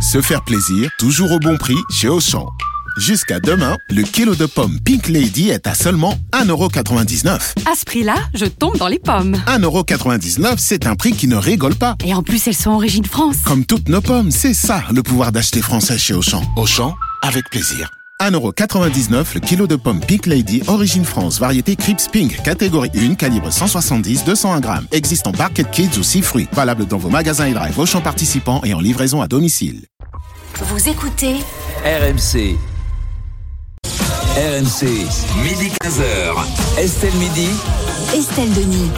Se faire plaisir, toujours au bon prix chez Auchan. Jusqu'à demain, le kilo de pommes Pink Lady est à seulement 1,99€. À ce prix-là, je tombe dans les pommes. 1,99€, c'est un prix qui ne rigole pas. Et en plus, elles sont origine France. Comme toutes nos pommes, c'est ça le pouvoir d'acheter français chez Auchan. Auchan, avec plaisir. 1,99€ le kilo de pommes Pink Lady, origine France, variété Crips Pink, catégorie 1, calibre 170-201 grammes. Existe en Barquette Kids ou 6 fruits. Valable dans vos magasins et drive Auchan participants et en livraison à domicile. Vous écoutez RMC. RMC, midi 15h. Estelle Midi. Estelle Denis.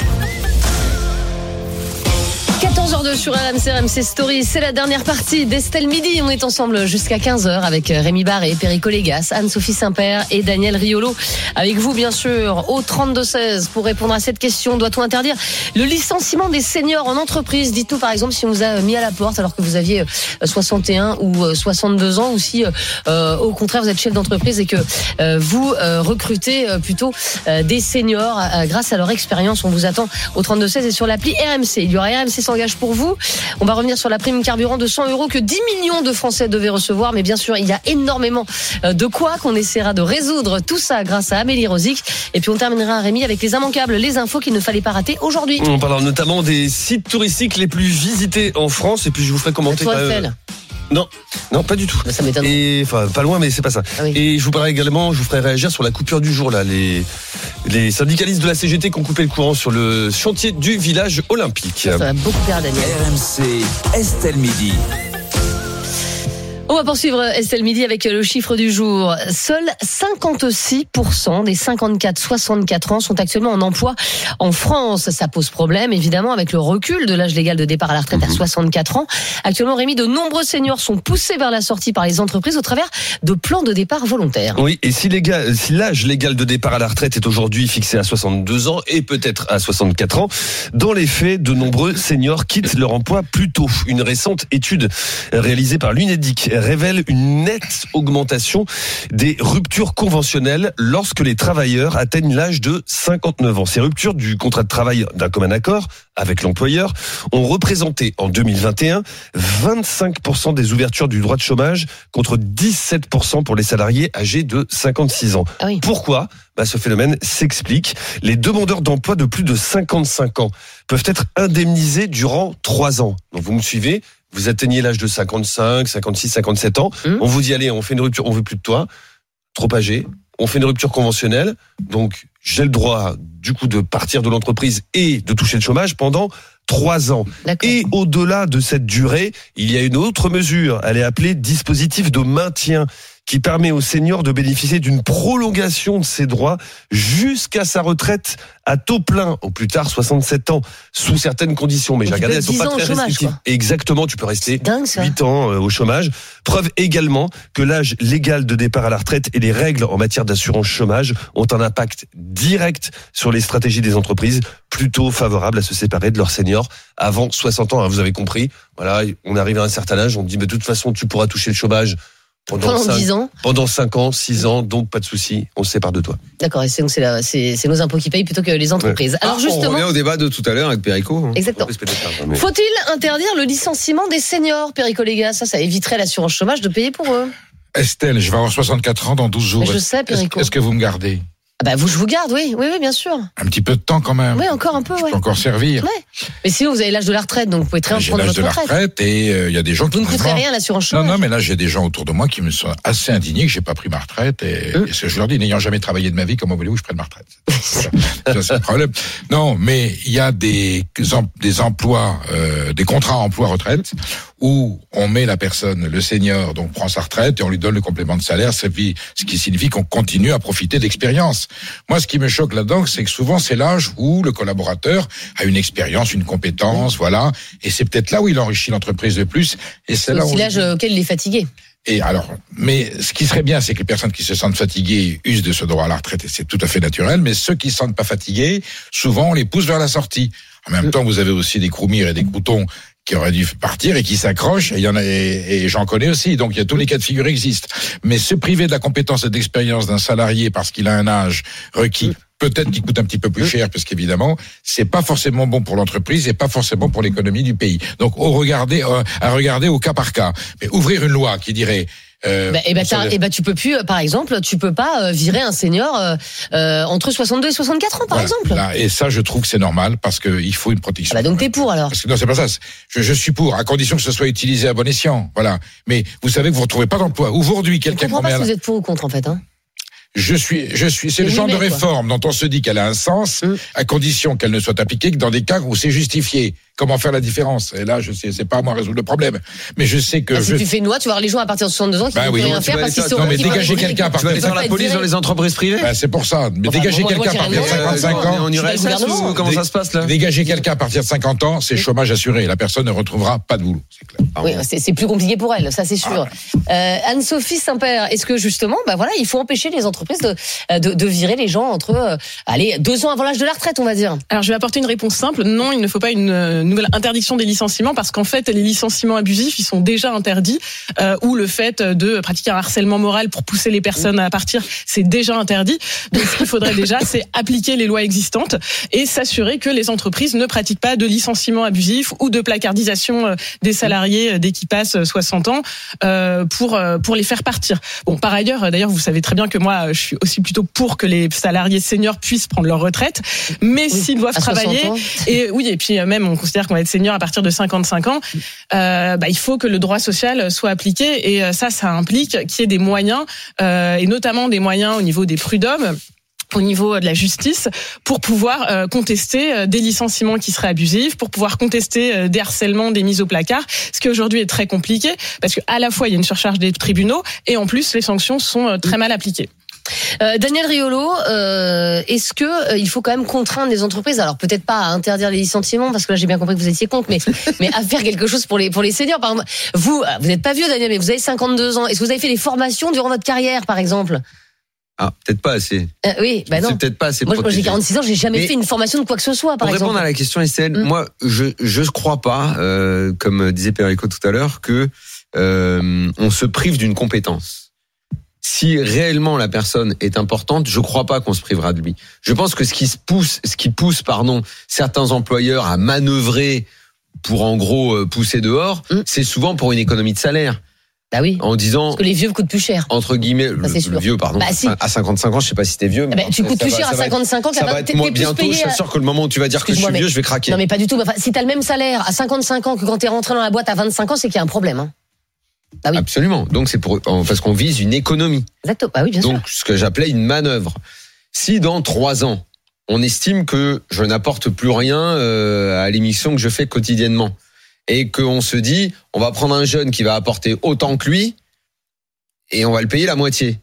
14h02 sur RMC Story, c'est la dernière partie d'Estelle Midi. On est ensemble jusqu'à 15h avec Rémi Barré, Perico Légas, Anne-Sophie Saint-Père et Daniel Riolo. Avec vous, bien sûr, au 32-16 pour répondre à cette question. Doit-on interdire le licenciement des seniors en entreprise? Dites-nous, par exemple, si on vous a mis à la porte alors que vous aviez 61 ou 62 ans, ou si, au contraire, vous êtes chef d'entreprise et que vous recrutez plutôt des seniors grâce à leur expérience. On vous attend au 32-16 et sur l'appli RMC. Il y aura RMC s'engage pour vous. On va revenir sur la prime carburant de 100€ que 10 millions de Français devaient recevoir. Mais bien sûr, il y a énormément de quoi qu'on essaiera de résoudre tout ça grâce à Amélie Rosic. Et puis on terminera, Rémi, avec les immanquables, les infos qu'il ne fallait pas rater aujourd'hui. On parlera notamment des sites touristiques les plus visités en France. Et puis je vous ferai commenter. Non, pas du tout. Ça m'étonne. Et enfin, pas loin, mais c'est pas ça. Ah oui. Et je vous parlerai également, je vous ferai réagir sur la coupure du jour là, les syndicalistes de la CGT qui ont coupé le courant sur le chantier du village olympique. Ça va beaucoup plaire à Daniel. RMC, Estelle Midi. On va poursuivre Estelle Midi avec le chiffre du jour. Seuls 56% des 54-64 ans sont actuellement en emploi en France. Ça pose problème, évidemment, avec le recul de l'âge légal de départ à la retraite à 64 ans. Actuellement, Rémi, de nombreux seniors sont poussés vers la sortie par les entreprises au travers de plans de départ volontaires. Oui, et si l'âge légal de départ à la retraite est aujourd'hui fixé à 62 ans et peut-être à 64 ans, dans les faits, de nombreux seniors quittent leur emploi plus tôt. Une récente étude réalisée par l'UNEDIC révèle une nette augmentation des ruptures conventionnelles lorsque les travailleurs atteignent l'âge de 59 ans. Ces ruptures du contrat de travail d'un commun accord avec l'employeur ont représenté en 2021 25% des ouvertures du droit de chômage contre 17% pour les salariés âgés de 56 ans. Ah oui. Pourquoi ? Ce phénomène s'explique. Les demandeurs d'emploi de plus de 55 ans peuvent être indemnisés durant 3 ans. Donc vous me suivez ? Vous atteignez l'âge de 55, 56, 57 ans. On vous dit, allez, on fait une rupture, on veut plus de toi. Trop âgé. On fait une rupture conventionnelle. Donc, j'ai le droit, du coup, de partir de l'entreprise et de toucher le chômage pendant 3 ans. D'accord. Et au-delà de cette durée, il y a une autre mesure. Elle est appelée dispositif de maintien, qui permet aux seniors de bénéficier d'une prolongation de ses droits jusqu'à sa retraite à taux plein, au plus tard 67 ans, sous certaines conditions. Mais j'ai regardé, elles sont pas très restrictives. Exactement, tu peux rester 8 ans au chômage. Preuve également que l'âge légal de départ à la retraite et les règles en matière d'assurance chômage ont un impact direct sur les stratégies des entreprises, plutôt favorables à se séparer de leurs seniors avant 60 ans. Vous avez compris, voilà, on arrive à un certain âge, on dit, mais de toute façon, tu pourras toucher le chômage pendant 10 ans. Pendant 5 ans, 6 ans, donc pas de souci, on se sépare de toi. D'accord, et c'est nos impôts qui payent plutôt que les entreprises. Ouais. Alors justement, on revient au débat de tout à l'heure avec Perico. Exactement. Faut-il interdire le licenciement des seniors, Perico Légas? Ça éviterait l'assurance chômage de payer pour eux. Estelle, je vais avoir 64 ans dans 12 jours. Mais je sais, Perico. Est-ce que vous me gardez? Je vous garde, oui, bien sûr. Un petit peu de temps quand même. Oui, encore un peu, Je peux encore servir. Ouais. Mais sinon, vous avez l'âge de la retraite, donc vous pouvez très bien prendre votre retraite. J'ai l'âge de la retraite et il y a des gens qui... Vous ne coûterez rien l'assurance chômage. Non, mais là, j'ai des gens autour de moi qui me sont assez indignés que j'ai pas pris ma retraite et ce que je leur dis, n'ayant jamais travaillé de ma vie, comment voulez-vous que je prenne ma retraite? Ça, c'est le problème. Non, mais il y a des emplois, des contrats emploi-retraite où on met la personne, le senior, donc prend sa retraite et on lui donne le complément de salaire, ce qui signifie qu'on continue à profiter d'expérience. Moi, ce qui me choque là-dedans, c'est que souvent, c'est l'âge où le collaborateur a une expérience, une compétence, voilà, et c'est peut-être là où il enrichit l'entreprise de plus. Et c'est là où l'âge auquel il est fatigué. Et alors, mais ce qui serait bien, c'est que les personnes qui se sentent fatiguées usent de ce droit à la retraite, et c'est tout à fait naturel, mais ceux qui ne se sentent pas fatigués, souvent, on les pousse vers la sortie. En même temps, vous avez aussi des croumirs et des croutons qui auraient dû partir et qui s'accrochent, et il y en a, et j'en connais aussi, donc il y a tous les cas de figure existent. Mais se priver de la compétence et d'expérience d'un salarié parce qu'il a un âge requis peut-être qu'il coûte un petit peu plus cher, parce qu'évidemment, c'est pas forcément bon pour l'entreprise et pas forcément pour l'économie du pays. Donc, à regarder au cas par cas. Mais ouvrir une loi qui dirait... tu peux plus, par exemple, tu peux pas virer un senior entre 62 et 64 ans, par exemple. Là, et ça, je trouve que c'est normal, parce qu'il faut une protection. Donc t'es pour, alors? Parce que non, c'est pas ça. Je suis pour, à condition que ce soit utilisé à bon escient. Voilà. Mais vous savez que vous ne retrouvez pas d'emploi. Aujourd'hui, quelqu'un... Je comprends pas si vous êtes pour ou contre, en fait, hein. C'est le genre de réforme dont on se dit qu'elle a un sens, à condition qu'elle ne soit appliquée que dans des cas où c'est justifié. Comment faire la différence? Et là, je sais, c'est pas à moi de résoudre le problème. Mais je sais que si tu fais une loi, tu vas avoir les gens à partir de 62 ans qui ne peuvent rien faire parce qu'ils sont... Non, mais dégager quelqu'un à partir de... Tu vas aller faire la police dans les entreprises privées? C'est pour ça. Mais dégager quelqu'un à partir de 55 ans... On irait ou comment ça se passe, là? Dégager quelqu'un à partir de 50 ans, c'est chômage assuré. La personne ne retrouvera pas de boulot. C'est clair. Oui, c'est plus compliqué pour elle, ça c'est sûr. Anne-Sophie Saint-Père, est-ce que justement, il faut empêcher les entreprises de virer les gens entre 2 ans avant l'âge de la retraite, on va dire? Alors je vais apporter une réponse simple. Non, il ne faut pas une nouvelle interdiction des licenciements, parce qu'en fait les licenciements abusifs ils sont déjà interdits, ou le fait de pratiquer un harcèlement moral pour pousser les personnes à partir, c'est déjà interdit. Donc ce qu'il faudrait déjà, c'est appliquer les lois existantes et s'assurer que les entreprises ne pratiquent pas de licenciements abusifs ou de placardisation des salariés dès qu'ils passent 60 ans pour les faire partir. Bon, par ailleurs, d'ailleurs vous savez très bien que moi je suis aussi plutôt pour que les salariés seniors puissent prendre leur retraite, mais s'ils doivent travailler, et puis même on considère qu'on va être senior à partir de 55 ans, il faut que le droit social soit appliqué, et ça implique qu'il y ait des moyens, et notamment des moyens au niveau des prud'hommes, au niveau de la justice, pour pouvoir contester des licenciements qui seraient abusifs, pour pouvoir contester des harcèlements, des mises au placard, ce qui aujourd'hui est très compliqué, parce qu'à la fois il y a une surcharge des tribunaux, et en plus les sanctions sont très mal appliquées. Daniel Riolo, est-ce que il faut quand même contraindre les entreprises, alors peut-être pas à interdire les licenciements, parce que là j'ai bien compris que vous étiez contre, mais à faire quelque chose pour les seniors, par exemple. Vous n'êtes pas vieux, Daniel, mais vous avez 52 ans. Est-ce que vous avez fait des formations durant votre carrière, par exemple? Peut-être pas assez. Oui, non. C'est peut-être pas assez. Moi j'ai 46 ans, j'ai jamais fait une formation de quoi que ce soit, par exemple. Pour répondre à la question, Estelle, moi je crois pas, comme disait Perico tout à l'heure, que on se prive d'une compétence. Si réellement la personne est importante, je crois pas qu'on se privera de lui. Je pense que ce qui pousse, certains employeurs à manœuvrer pour en gros pousser dehors, c'est souvent pour une économie de salaire. Bah oui. En disant. Parce que les vieux coûtent plus cher. Entre guillemets, le vieux, pardon. Si. À 55 ans, je sais pas si t'es vieux. Mais tu coûtes plus cher à 55 ans ça va être moi bientôt. Je suis sûr que le moment où tu vas dire que je suis vieux, je vais craquer. Non, mais pas du tout. Si t'as le même salaire à 55 ans que quand t'es rentré dans la boîte à 25 ans, c'est qu'il y a un problème, hein. Ah oui. Absolument. Donc c'est parce qu'on vise une économie. Exactement. Ah oui, bien sûr. Donc ce que j'appelais une manœuvre. Si dans 3 ans, on estime que je n'apporte plus rien à l'émission que je fais quotidiennement, et qu'on se dit, on va prendre un jeune qui va apporter autant que lui, et on va le payer la moitié.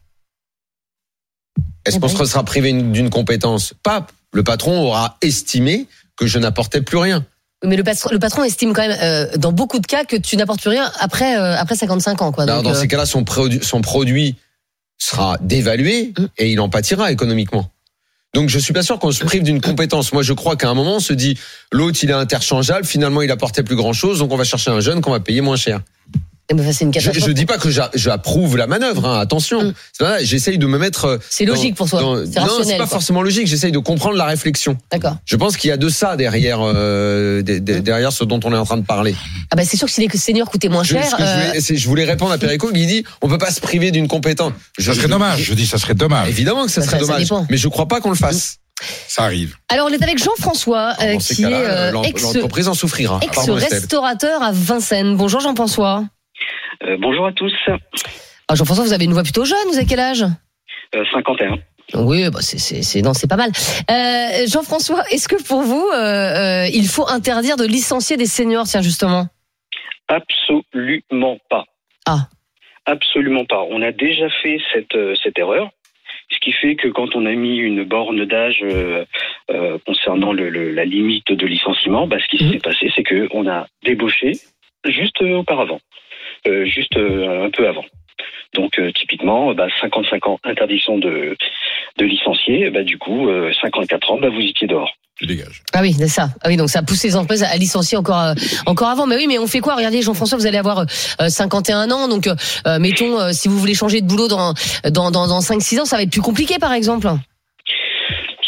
Est-ce qu'on se sera privé d'une compétence? Pas. Le patron aura estimé que je n'apportais plus rien. Mais le patron estime quand même, dans beaucoup de cas, que tu n'apportes plus rien après 55 ans, quoi. Donc, dans ces cas-là, son produit sera dévalué et il en pâtira économiquement. Donc, je suis pas sûr qu'on se prive d'une compétence. Moi, je crois qu'à un moment, on se dit, l'autre, il est interchangeable, finalement, il apportait plus grand-chose, donc on va chercher un jeune qu'on va payer moins cher. C'est une catastrophe. Je dis pas que j'approuve la manœuvre, attention. J'essaye de me mettre. C'est logique pour toi. C'est rationnel. Non, c'est pas forcément logique. J'essaye de comprendre la réflexion. D'accord. Je pense qu'il y a de ça derrière ce dont on est en train de parler. C'est sûr que si les seniors coûtaient moins cher. Je voulais répondre à Perico qui dit on peut pas se priver d'une compétence. Ça serait dommage. Je dis ça serait dommage. Évidemment que ça serait dommage. Mais je crois pas qu'on le fasse. Ça arrive. Alors, on est avec Jean-François, qui est l'entreprise en souffrira. Ex-restaurateur à Vincennes. Bonjour Jean-François. Bonjour à tous. Jean-François, vous avez une voix plutôt jeune, vous avez quel âge? 51. Oui, c'est pas mal. Jean-François, est-ce que pour vous, il faut interdire de licencier des seniors, tiens, justement? Absolument pas. Absolument pas. On a déjà fait cette erreur. Ce qui fait que quand on a mis une borne d'âge concernant la limite de licenciement, ce qui s'est passé, c'est qu'on a débauché juste auparavant, juste un peu avant. Donc typiquement, 55 ans interdiction de licencier, du coup 54 ans, vous étiez dehors. Tu dégages. Ah oui, c'est ça. Ah oui, donc ça pousse les entreprises à licencier encore avant. Mais oui, mais on fait quoi? Regardez, Jean-François, vous allez avoir 51 ans, donc mettons si vous voulez changer de boulot dans 5-6 ans, ça va être plus compliqué, par exemple.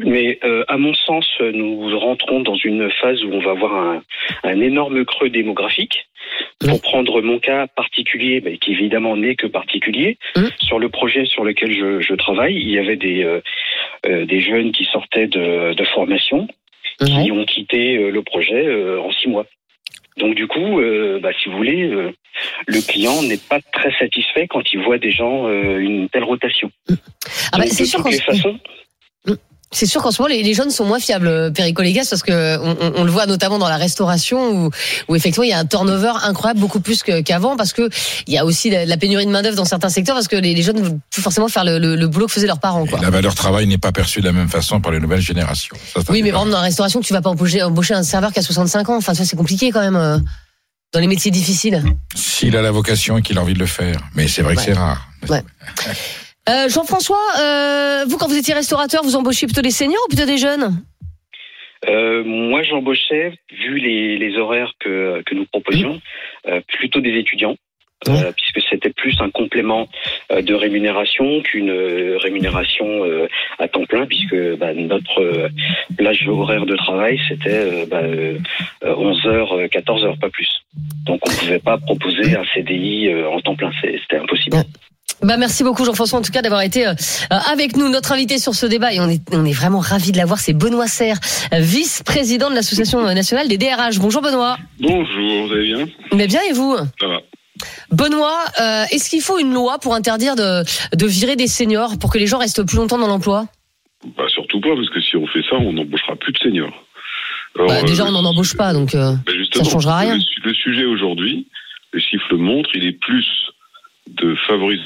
Mais à mon sens, nous rentrons dans une phase où on va avoir un énorme creux démographique. Pour prendre mon cas particulier, qui évidemment n'est que particulier, sur le projet sur lequel je travaille, il y avait des jeunes qui sortaient de formation, qui ont quitté le projet en 6 mois. Donc du coup, si vous voulez, le client n'est pas très satisfait quand il voit des gens une telle rotation. Donc, c'est sûr c'est sûr qu'en ce moment les jeunes sont moins fiables, Perico Légas, parce que on le voit notamment dans la restauration où effectivement il y a un turnover incroyable, beaucoup plus qu'avant, parce que il y a aussi la pénurie de main d'œuvre dans certains secteurs, parce que les jeunes ne veulent plus forcément faire le boulot que faisaient leurs parents, quoi. La valeur travail n'est pas perçue de la même façon par les nouvelles générations. Oui, mais par exemple dans la restauration, tu vas pas embaucher un serveur qui a 65 ans. Enfin, ça c'est compliqué quand même. Dans les métiers difficiles. S'il a la vocation et qu'il a envie de le faire, mais c'est vrai que c'est rare. Ouais. Jean-François, vous quand vous étiez restaurateur, vous embauchiez plutôt des seniors ou plutôt des jeunes ? Moi, j'embauchais, vu les horaires que nous proposions, plutôt des étudiants, puisque c'était plus un complément de rémunération qu'une rémunération à temps plein, puisque notre plage horaire de travail, c'était 11h, 14h, pas plus. Donc, on ne pouvait pas proposer un CDI en temps plein, c'était impossible. Merci beaucoup Jean-François en tout cas d'avoir été avec nous, notre invité sur ce débat, et on est vraiment ravis de l'avoir. C'est Benoît Serre, vice-président de l'Association nationale des DRH. Bonjour Benoît. Bonjour, vous allez bien ? Mais bien, et vous ? Ça va. Benoît, est-ce qu'il faut une loi pour interdire de virer des seniors pour que les gens restent plus longtemps dans l'emploi ? Surtout pas, parce que si on fait ça, on n'embauchera plus de seniors. Alors, déjà on n'en embauche pas, donc ça changera rien. Le sujet aujourd'hui, les chiffres le montrent, il est plus de favoriser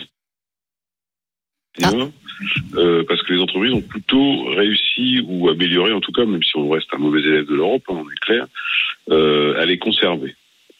parce que les entreprises ont plutôt réussi ou amélioré, en tout cas, même si on reste un mauvais élève de l'Europe, on est clair, à les conserver.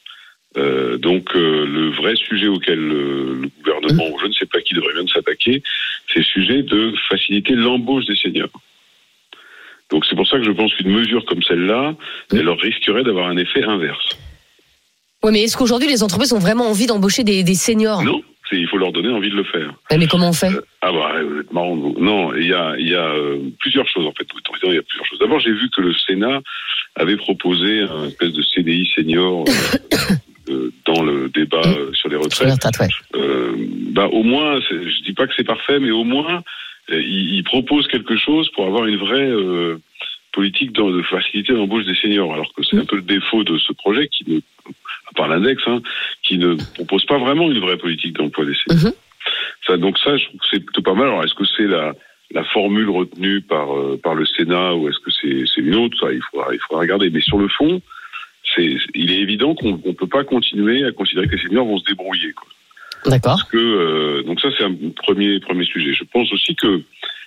Donc le vrai sujet auquel le gouvernement, ou je ne sais pas qui devrait bien s'attaquer, c'est le sujet de faciliter l'embauche des seniors. Donc c'est pour ça que je pense qu'une mesure comme celle-là, elle risquerait d'avoir un effet inverse. Oui, mais est-ce qu'aujourd'hui les entreprises ont vraiment envie d'embaucher des seniors ? Non. Il faut leur donner envie de le faire. Mais comment on fait ? Vous êtes marrant. Non, il y a plusieurs choses en fait. Il y a plusieurs choses. D'abord, j'ai vu que le Sénat avait proposé un espèce de CDI senior dans le débat sur les retraites. Au moins, je dis pas que c'est parfait, mais au moins il propose quelque chose pour avoir une vraie politique de faciliter l'embauche des seniors. Alors que c'est un peu le défaut de ce projet par l'index, qui ne propose pas vraiment une vraie politique d'emploi des seniors. Donc ça, je trouve que c'est plutôt pas mal. Alors, est-ce que c'est la formule retenue par le Sénat ou est-ce que c'est une autre ? Ça, il faudra regarder. Mais sur le fond, il est évident qu'on ne peut pas continuer à considérer que les seniors vont se débrouiller, quoi. D'accord. Parce que donc ça, c'est un premier sujet. Je pense aussi que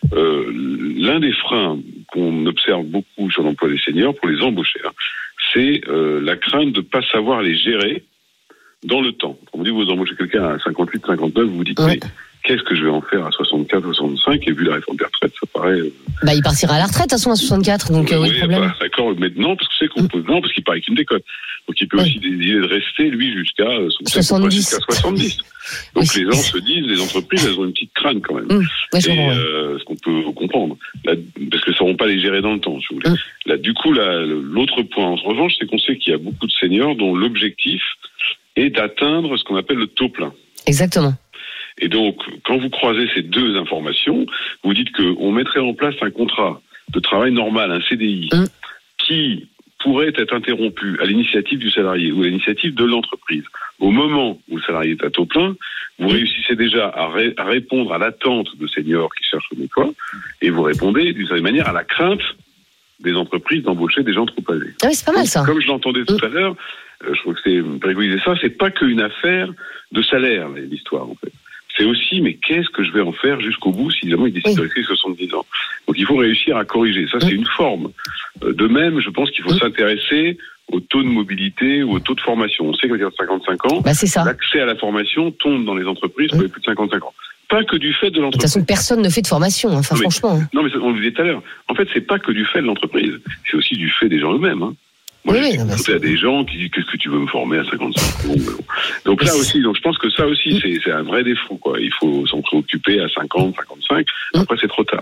l'un des freins qu'on observe beaucoup sur l'emploi des seniors pour les embaucher, c'est la crainte de ne pas savoir les gérer dans le temps. On vous dit, vous embauchez quelqu'un à 58, 59, vous vous dites, mais qu'est-ce que je vais en faire à 64, 65 ? Et vu la réforme des retraites, ça paraît... il partira à la retraite, à 64, donc où est le problème ? D'accord, mais non, parce que c'est qu'on peut... Non, parce qu'il paraît qu'il me déconne. Donc il peut aussi décider de rester, lui, jusqu'à 70. Donc les gens se disent, les entreprises, elles ont une petite crainte quand même. Ce qu'on peut comprendre. Là, parce qu'elles ne sauront pas les gérer dans le temps, si vous voulez. Là, du coup, l'autre point, en revanche, c'est qu'on sait qu'il y a beaucoup de seniors dont l'objectif est d'atteindre ce qu'on appelle le taux plein. Exactement. Et donc, quand vous croisez ces deux informations, vous dites qu'on mettrait en place un contrat de travail normal, un CDI, qui pourrait être interrompu à l'initiative du salarié ou à l'initiative de l'entreprise. Au moment où le salarié est à taux plein, vous réussissez déjà à répondre à l'attente de seniors qui cherchent un emploi, et vous répondez d'une certaine manière à la crainte des entreprises d'embaucher des gens trop âgés. Ah oui, c'est pas mal ça. Comme je l'entendais tout à l'heure, je trouve que c'est périgolisé ça, c'est pas qu'une affaire de salaire, l'histoire en fait. C'est aussi, mais qu'est-ce que je vais en faire jusqu'au bout si jamais il décide de rester 70 ans. Donc il faut réussir à corriger. Ça, c'est une forme. De même, je pense qu'il faut s'intéresser au taux de mobilité ou au taux de formation. On sait qu'à partir de 55 ans, l'accès à la formation tombe dans les entreprises pour les plus de 55 ans. Pas que du fait de l'entreprise. De toute façon, personne ne fait de formation, franchement. Non, mais on le disait tout à l'heure. En fait, c'est pas que du fait de l'entreprise. C'est aussi du fait des gens eux-mêmes. Moi, j'ai écouté à des gens qui disent, qu'est-ce que tu veux me former à 55 ans? Donc là aussi, je pense que ça aussi, c'est un vrai défaut, quoi. Il faut s'en préoccuper à 50, 55. Après, c'est trop tard.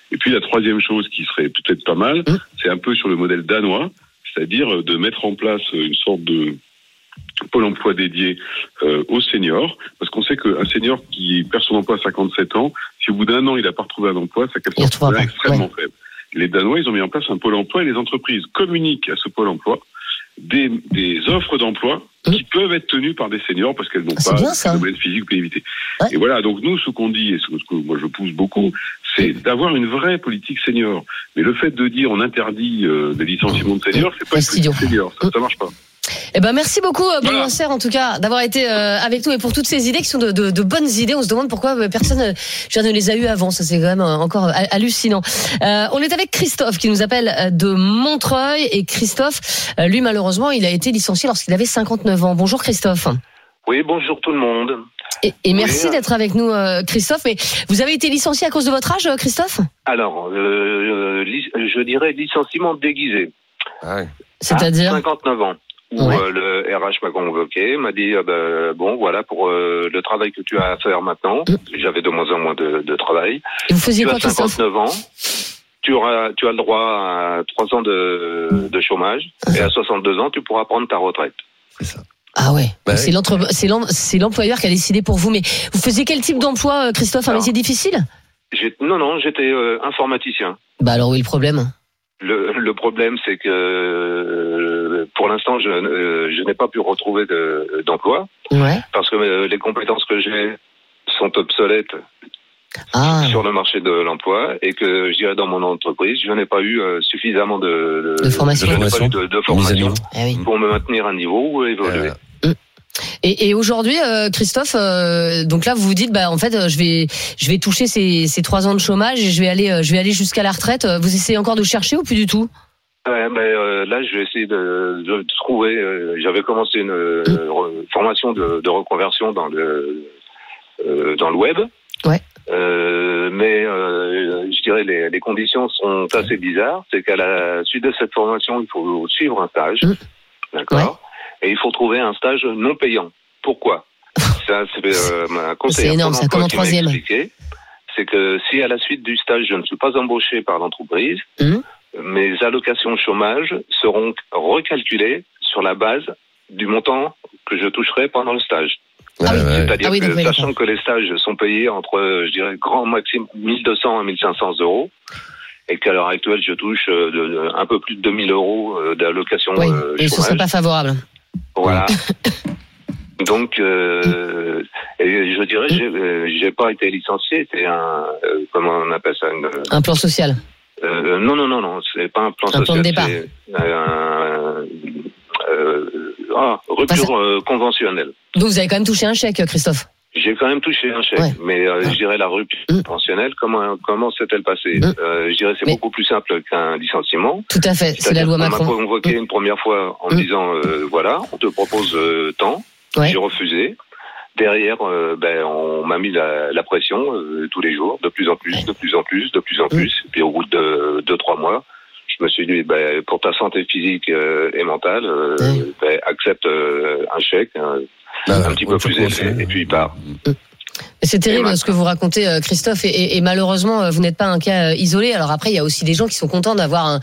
Et puis la troisième chose qui serait peut-être pas mal, c'est un peu sur le modèle danois, c'est-à-dire de mettre en place une sorte de pôle emploi dédié aux seniors, parce qu'on sait qu'un senior qui perd son emploi à 57 ans, si au bout d'un an il n'a pas retrouvé un emploi, sa capacité est extrêmement faible. Les Danois, ils ont mis en place un pôle emploi et les entreprises communiquent à ce pôle emploi des offres d'emploi qui peuvent être tenues par des seniors parce qu'elles n'ont pas de domaine physique ou pénibilité. Ouais. Et voilà, donc nous, ce qu'on dit, et ce que moi je pousse beaucoup, c'est d'avoir une vraie politique senior. Mais le fait de dire on interdit des licenciements de seniors, c'est pas une politique senior, ça marche pas. Eh ben merci beaucoup Benoît Serre en tout cas d'avoir été avec nous et pour toutes ces idées qui sont de bonnes idées. On se demande pourquoi personne ne les a eues avant. Ça c'est quand même encore hallucinant. On est avec Christophe qui nous appelle de Montreuil et Christophe, lui malheureusement il a été licencié lorsqu'il avait 59 ans. Bonjour Christophe. Oui, bonjour tout le monde. Et merci d'être avec nous Christophe. Mais vous avez été licencié à cause de votre âge Christophe ? Alors, je dirais licenciement déguisé. C'est-à-dire 59 ans. Où le RH m'a convoqué, m'a dit bon voilà pour le travail que tu as à faire maintenant. J'avais de moins en moins de travail. Et vous faisiez quoi, tu as 59 ans. Tu as le droit à 3 ans de chômage et à 62 ans tu pourras prendre ta retraite. C'est ça. Ah ouais. C'est l'employeur qui a décidé pour vous. Mais vous faisiez quel type d'emploi, Christophe ? Un métier difficile ? Non, j'étais informaticien. Bah alors où est le problème ? Le problème, c'est que pour l'instant, je n'ai pas pu retrouver d'emploi parce que les compétences que j'ai sont obsolètes sur le marché de l'emploi et que je dirais dans mon entreprise, je n'ai pas eu suffisamment de formation, pour me maintenir à un niveau ou évoluer. Et aujourd'hui, Christophe, donc là vous vous dites, en fait, je vais toucher ces 3 ans de chômage et je vais aller jusqu'à la retraite. Vous essayez encore de chercher ou plus du tout ? Là, je vais essayer de trouver. J'avais commencé une formation de reconversion dans le web. Ouais. Mais je dirais les conditions sont assez bizarres. C'est qu'à la suite de cette formation, il faut suivre un stage. D'accord. Ouais. Et il faut trouver un stage non payant. Pourquoi ? Ça, c'est ma conseillère. C'est énorme, ça comme en troisième. C'est que si à la suite du stage, je ne suis pas embauché par l'entreprise, mes allocations chômage seront recalculées sur la base du montant que je toucherai pendant le stage. C'est-à-dire que, sachant que les stages sont payés entre, je dirais, grand maximum 1200 à 1500 euros, et qu'à l'heure actuelle, je touche un peu plus de 2000 euros d'allocation chômage. Et ce serait pas favorable. Voilà. Donc, et je dirais, j'ai pas été licencié, c'était comment on appelle ça, un plan social. Non, c'est pas un plan social. Un plan de départ. Rupture conventionnelle. Donc vous avez quand même touché un chèque, Christophe. J'ai quand même touché un chèque, mais je dirais la rupture conventionnelle, comment s'est-elle passée je dirais c'est beaucoup plus simple qu'un licenciement. Tout à fait, c'est la loi Macron. On m'a convoqué une première fois en me disant voilà, on te propose tant. J'ai refusé. Derrière, on m'a mis la pression tous les jours, de plus en plus. Et puis au bout de 2-3 mois, je me suis dit, pour ta santé physique et mentale, accepte un chèque. Un petit peu plus élevé, et puis il part. C'est terrible ce que vous racontez, Christophe, et malheureusement, vous n'êtes pas un cas isolé. Alors après, il y a aussi des gens qui sont contents d'avoir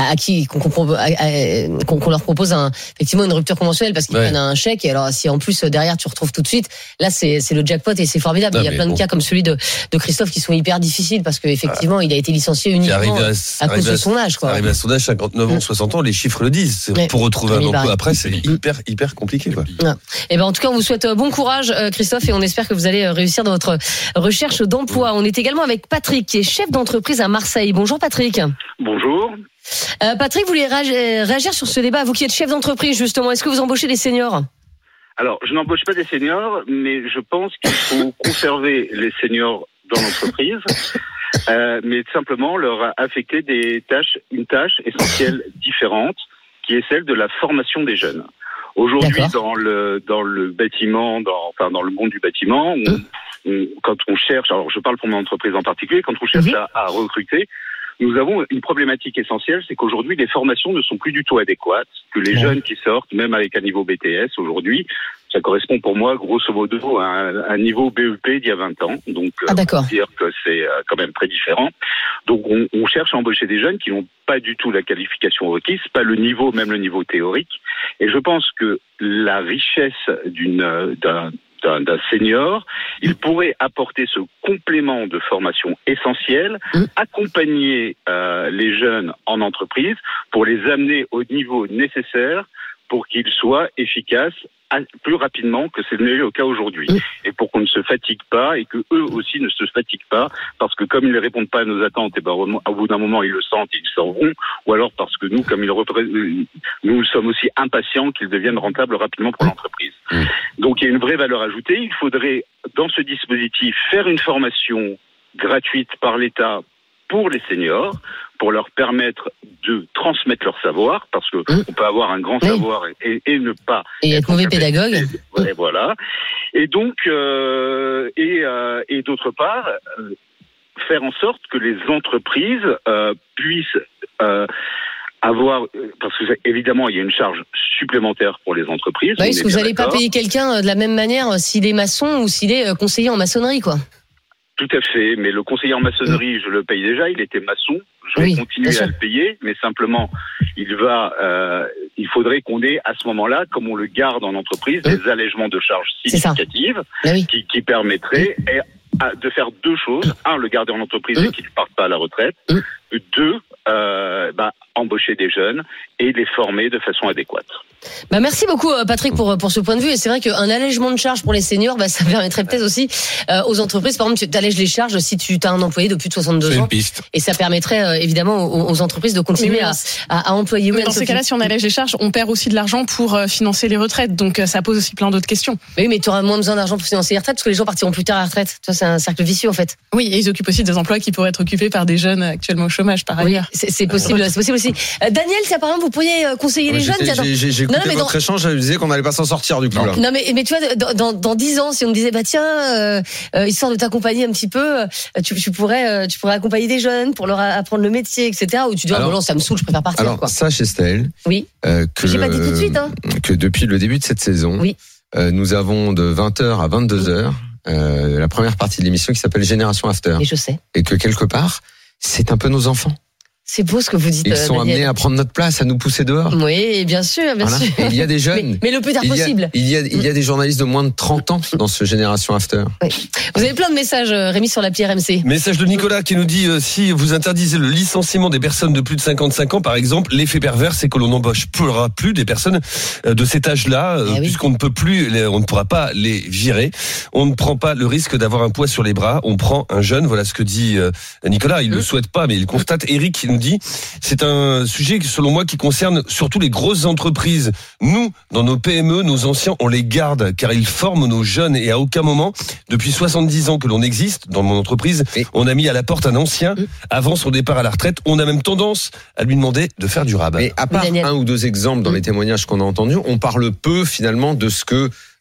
qu'on leur propose effectivement une rupture conventionnelle parce qu'ils prennent un chèque. Et alors, si en plus derrière tu retrouves tout de suite, là c'est le jackpot et c'est formidable. Il y a plein de cas comme celui de Christophe qui sont hyper difficiles parce qu'effectivement, il a été licencié uniquement à cause de son âge. Arrivé à son âge, 59 ans, 60 ans, les chiffres le disent. Pour retrouver un emploi après, c'est hyper compliqué. Et en tout cas, on vous souhaite bon courage, Christophe, et on espère que vous allez réussir dans votre recherche d'emploi. On est également avec Patrick, qui est chef d'entreprise à Marseille. Bonjour Patrick. Bonjour. Patrick, vous voulez réagir sur ce débat, vous qui êtes chef d'entreprise justement. Est-ce que vous embauchez des seniors ? Alors, je n'embauche pas des seniors, mais je pense qu'il faut conserver les seniors dans l'entreprise, mais simplement leur affecter une tâche essentielle différente, qui est celle de la formation des jeunes. Aujourd'hui, dans le bâtiment, dans le monde du bâtiment, quand on cherche, alors je parle pour mon entreprise en particulier, quand on cherche à recruter, nous avons une problématique essentielle, c'est qu'aujourd'hui, les formations ne sont plus du tout adéquates, que les jeunes qui sortent, même avec un niveau BTS aujourd'hui, ça correspond pour moi, grosso modo, à un niveau BEP d'il y a 20 ans. Donc, on peut dire que c'est quand même très différent. Donc, on cherche à embaucher des jeunes qui n'ont pas du tout la qualification requise, pas le niveau, même le niveau théorique. Et je pense que la richesse d'un senior, il pourrait apporter ce complément de formation essentiel, accompagner les jeunes en entreprise pour les amener au niveau nécessaire pour qu'ils soient efficaces plus rapidement que c'est le cas aujourd'hui. Et pour qu'on ne se fatigue pas et que eux aussi ne se fatiguent pas, parce que comme ils ne répondent pas à nos attentes, et ben au bout d'un moment ils le sentent et ils s'en vont, ou alors parce que nous, comme nous sommes aussi impatients qu'ils deviennent rentables rapidement pour l'entreprise. Donc il y a une vraie valeur ajoutée. Il faudrait, dans ce dispositif, faire une formation gratuite par l'État pour les seniors, pour leur permettre de transmettre leur savoir, parce que on peut avoir un grand savoir et ne pas être mauvais pédagogue. Et voilà. Et donc, et d'autre part, faire en sorte que les entreprises puissent avoir, parce que évidemment il y a une charge supplémentaire pour les entreprises. Oui, parce que vous n'allez pas payer quelqu'un de la même manière s'il est maçon ou s'il est conseiller en maçonnerie, quoi. Tout à fait, mais le conseiller en maçonnerie, je le paye déjà, il était maçon, je vais continuer à le payer, mais simplement, il faudrait qu'on ait à ce moment-là, comme on le garde en entreprise, des allègements de charges significatives qui permettraient de faire deux choses. Un, le garder en entreprise et qu'il ne parte pas à la retraite. Deux, embaucher des jeunes et les former de façon adéquate. Merci beaucoup Patrick pour ce point de vue, et c'est vrai qu'un allègement de charges pour les seniors, ça permettrait peut-être aussi aux entreprises, par exemple tu allèges les charges si tu as un employé de plus de 62 ans, et ça permettrait évidemment aux entreprises de continuer à employer. Mais dans ces cas-là, si on allège les charges, on perd aussi de l'argent pour financer les retraites, donc ça pose aussi plein d'autres questions. Mais oui, mais tu auras moins besoin d'argent pour financer les retraites parce que les gens partiront plus tard à la retraite. Ça, c'est un cercle vicieux en fait. Oui, et ils occupent aussi des emplois qui pourraient être occupés par des jeunes actuellement au chômage par ailleurs. C'est possible aussi. Daniel, tiens, par exemple, vous pourriez conseiller les jeunes. J'ai écouté votre échange, je me disais qu'on n'allait pas s'en sortir du coup. Là. Non mais tu vois, dans 10 ans, si on me disait histoire de t'accompagner un petit peu, tu pourrais accompagner des jeunes pour leur apprendre le métier, etc. Ou tu dis non, ça me saoule, je préfère partir. Alors sache Estelle, que j'ai pas dit tout de suite, que depuis le début de cette saison, nous avons de 20h à 22h la première partie de l'émission qui s'appelle Génération After. Et je sais. Et que quelque part, c'est un peu nos enfants. C'est beau ce que vous dites. Ils sont amenés à prendre notre place, à nous pousser dehors. Oui, bien sûr. Et il y a des jeunes. Mais le plus tard possible. Il y a des journalistes de moins de 30 ans dans ce Génération After. Oui. Vous avez plein de messages, Rémi, sur l'appli RMC. Message de Nicolas qui nous dit si vous interdisez le licenciement des personnes de plus de 55 ans, par exemple, l'effet pervers, c'est que l'on n'embauchera plus des personnes de cet âge-là, puisqu'on ne peut plus, on ne pourra pas les virer. On ne prend pas le risque d'avoir un poids sur les bras. On prend un jeune. Voilà ce que dit Nicolas. Il ne le souhaite pas, mais il constate. Eric nous dit c'est un sujet, selon moi, qui concerne surtout les grosses entreprises. Nous, dans nos PME, nos anciens, on les garde, car ils forment nos jeunes, et à aucun moment, depuis 70 ans que l'on existe, dans mon entreprise, on a mis à la porte un ancien avant son départ à la retraite. On a même tendance à lui demander de faire du rabat. Mais à part un ou deux exemples dans les témoignages qu'on a entendus, on parle peu, finalement, de ce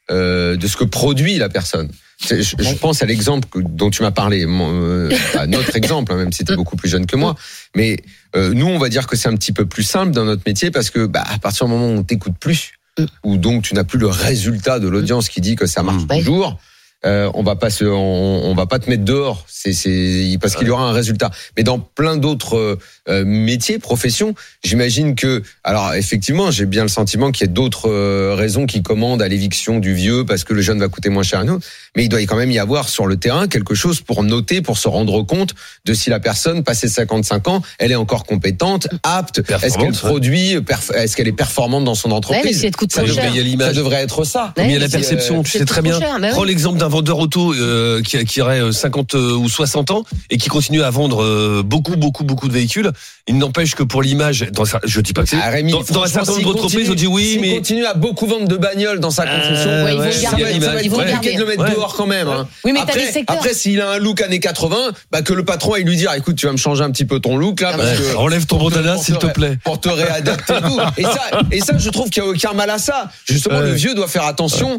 que produit la personne. Je pense à l'exemple dont tu m'as parlé, à notre exemple, même si tu es beaucoup plus jeune que moi. Mais nous, on va dire que c'est un petit peu plus simple dans notre métier parce que à partir du moment où on t'écoute plus, ou donc tu n'as plus le résultat de l'audience qui dit que ça marche toujours, on va pas te mettre dehors, c'est parce qu'il y aura un résultat. Mais dans plein d'autres métiers, professions, j'imagine que, alors effectivement, j'ai bien le sentiment qu'il y a d'autres raisons qui commandent à l'éviction du vieux parce que le jeune va coûter moins cher à nous. Mais il doit quand même y avoir sur le terrain quelque chose pour noter, pour se rendre compte de si la personne, passé 55 ans, elle est encore compétente, apte, est-ce qu'elle produit, est-ce qu'elle est performante dans son entreprise. Ça devrait être ça. Mais il y a la perception, tu sais très bien. Prends l'exemple d'un vendeur auto qui aurait 50 ou 60 ans et qui continue à vendre beaucoup de véhicules. Il n'empêche que pour l'image, je dis pas que c'est dans un certain nombre d'entreprises, on dit mais continue à beaucoup vendre de bagnoles dans sa concession. Ils vont garder le mettre dehors quand même. Oui, mais après, s'il a un look années 80, que le patron il lui dire, écoute, tu vas me changer un petit peu ton look là, parce que enlève ton bandana s'il te plaît, pour te réadapter. Et ça, je trouve qu'il y a aucun mal à ça. Justement, le vieux doit faire attention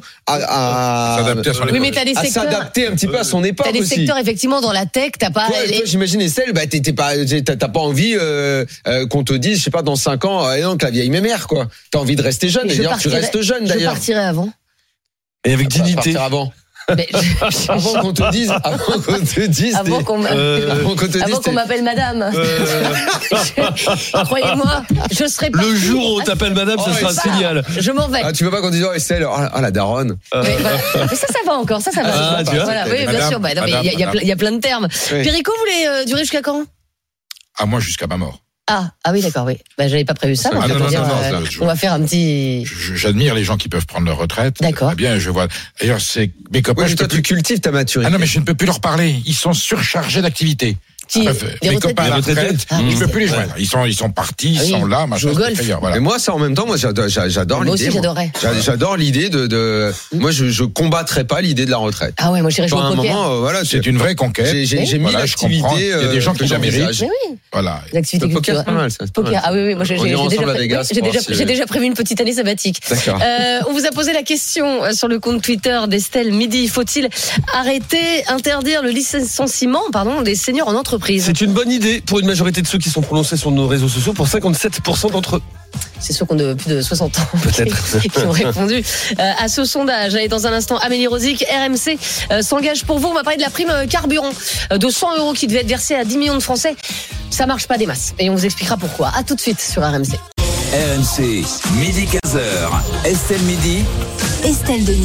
à s'adapter un petit peu à son époque. T'as des secteurs effectivement dans la tech, t'as pas. Toi, j'imagine Estelle, t'as pas envie qu'on te dise, je sais pas, dans 5 ans, non, que la vieille mémère quoi. T'as envie de rester jeune. D'ailleurs, tu restes jeune d'ailleurs. Je partirai avant. Et avec dignité. Partir avant. Avant qu'on te dise, avant qu'on m'appelle madame. Croyez-moi, je serai pas. Le jour où on t'appelle madame, ce sera un signal. Je m'en vais. Tu veux pas qu'on dise, oh Estelle, la daronne. Mais ça va encore, ça va. Ah, tu vois. Voilà, oui, bien sûr. Il y a plein de termes. Oui. Perico, vous voulez durer jusqu'à quand? Ah, moi, jusqu'à ma mort. Ah oui, d'accord, oui. J'avais pas prévu ça. Non, on va faire un petit. J'admire les gens qui peuvent prendre leur retraite. D'accord. Très bien, je vois. D'ailleurs, c'est mes copains. Oui, toi, tu cultives ta maturité. Ah non, mais je ne peux plus leur parler. Ils sont surchargés d'activités. Mes copains à la retraite, je ne peux plus les joindre. Ils sont partis, ils sont là, machin. Voilà. Mais moi, ça en même temps, moi, j'adore l'idée. Moi aussi, j'adorais. J'adore l'idée de. Moi, je combattrais pas l'idée de la retraite. Ah ouais, moi, j'irais jouer au poker. Voilà, c'est une vraie conquête. J'ai mis l'activité. Il y a des gens qui la méritent. Oui. Voilà. L'activité culturelle. C'est pas mal, ça. Poker. Ah oui, moi, j'ai déjà prévu une petite année sabbatique. D'accord. On vous a posé la question sur le compte Twitter d'Estelle Midi. Faut-il interdire le licenciement, des seniors en entreprise? C'est une bonne idée pour une majorité de ceux qui sont prononcés sur nos réseaux sociaux, pour 57% d'entre eux. C'est ceux qui ont de plus de 60 ans peut-être qui ont répondu à ce sondage. Allez, dans un instant, Amélie Rosic, RMC s'engage pour vous. On va parler de la prime carburant de 100 € qui devait être versée à 10 millions de Français. Ça marche pas des masses et on vous expliquera pourquoi. À tout de suite sur RMC. RMC, midi 15h. Estelle Midi. Estelle Denis.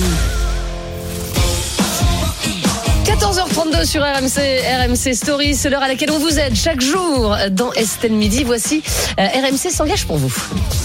14h32 sur RMC Story, c'est l'heure à laquelle on vous aide chaque jour dans Estelle Midi. Voici RMC s'engage pour vous.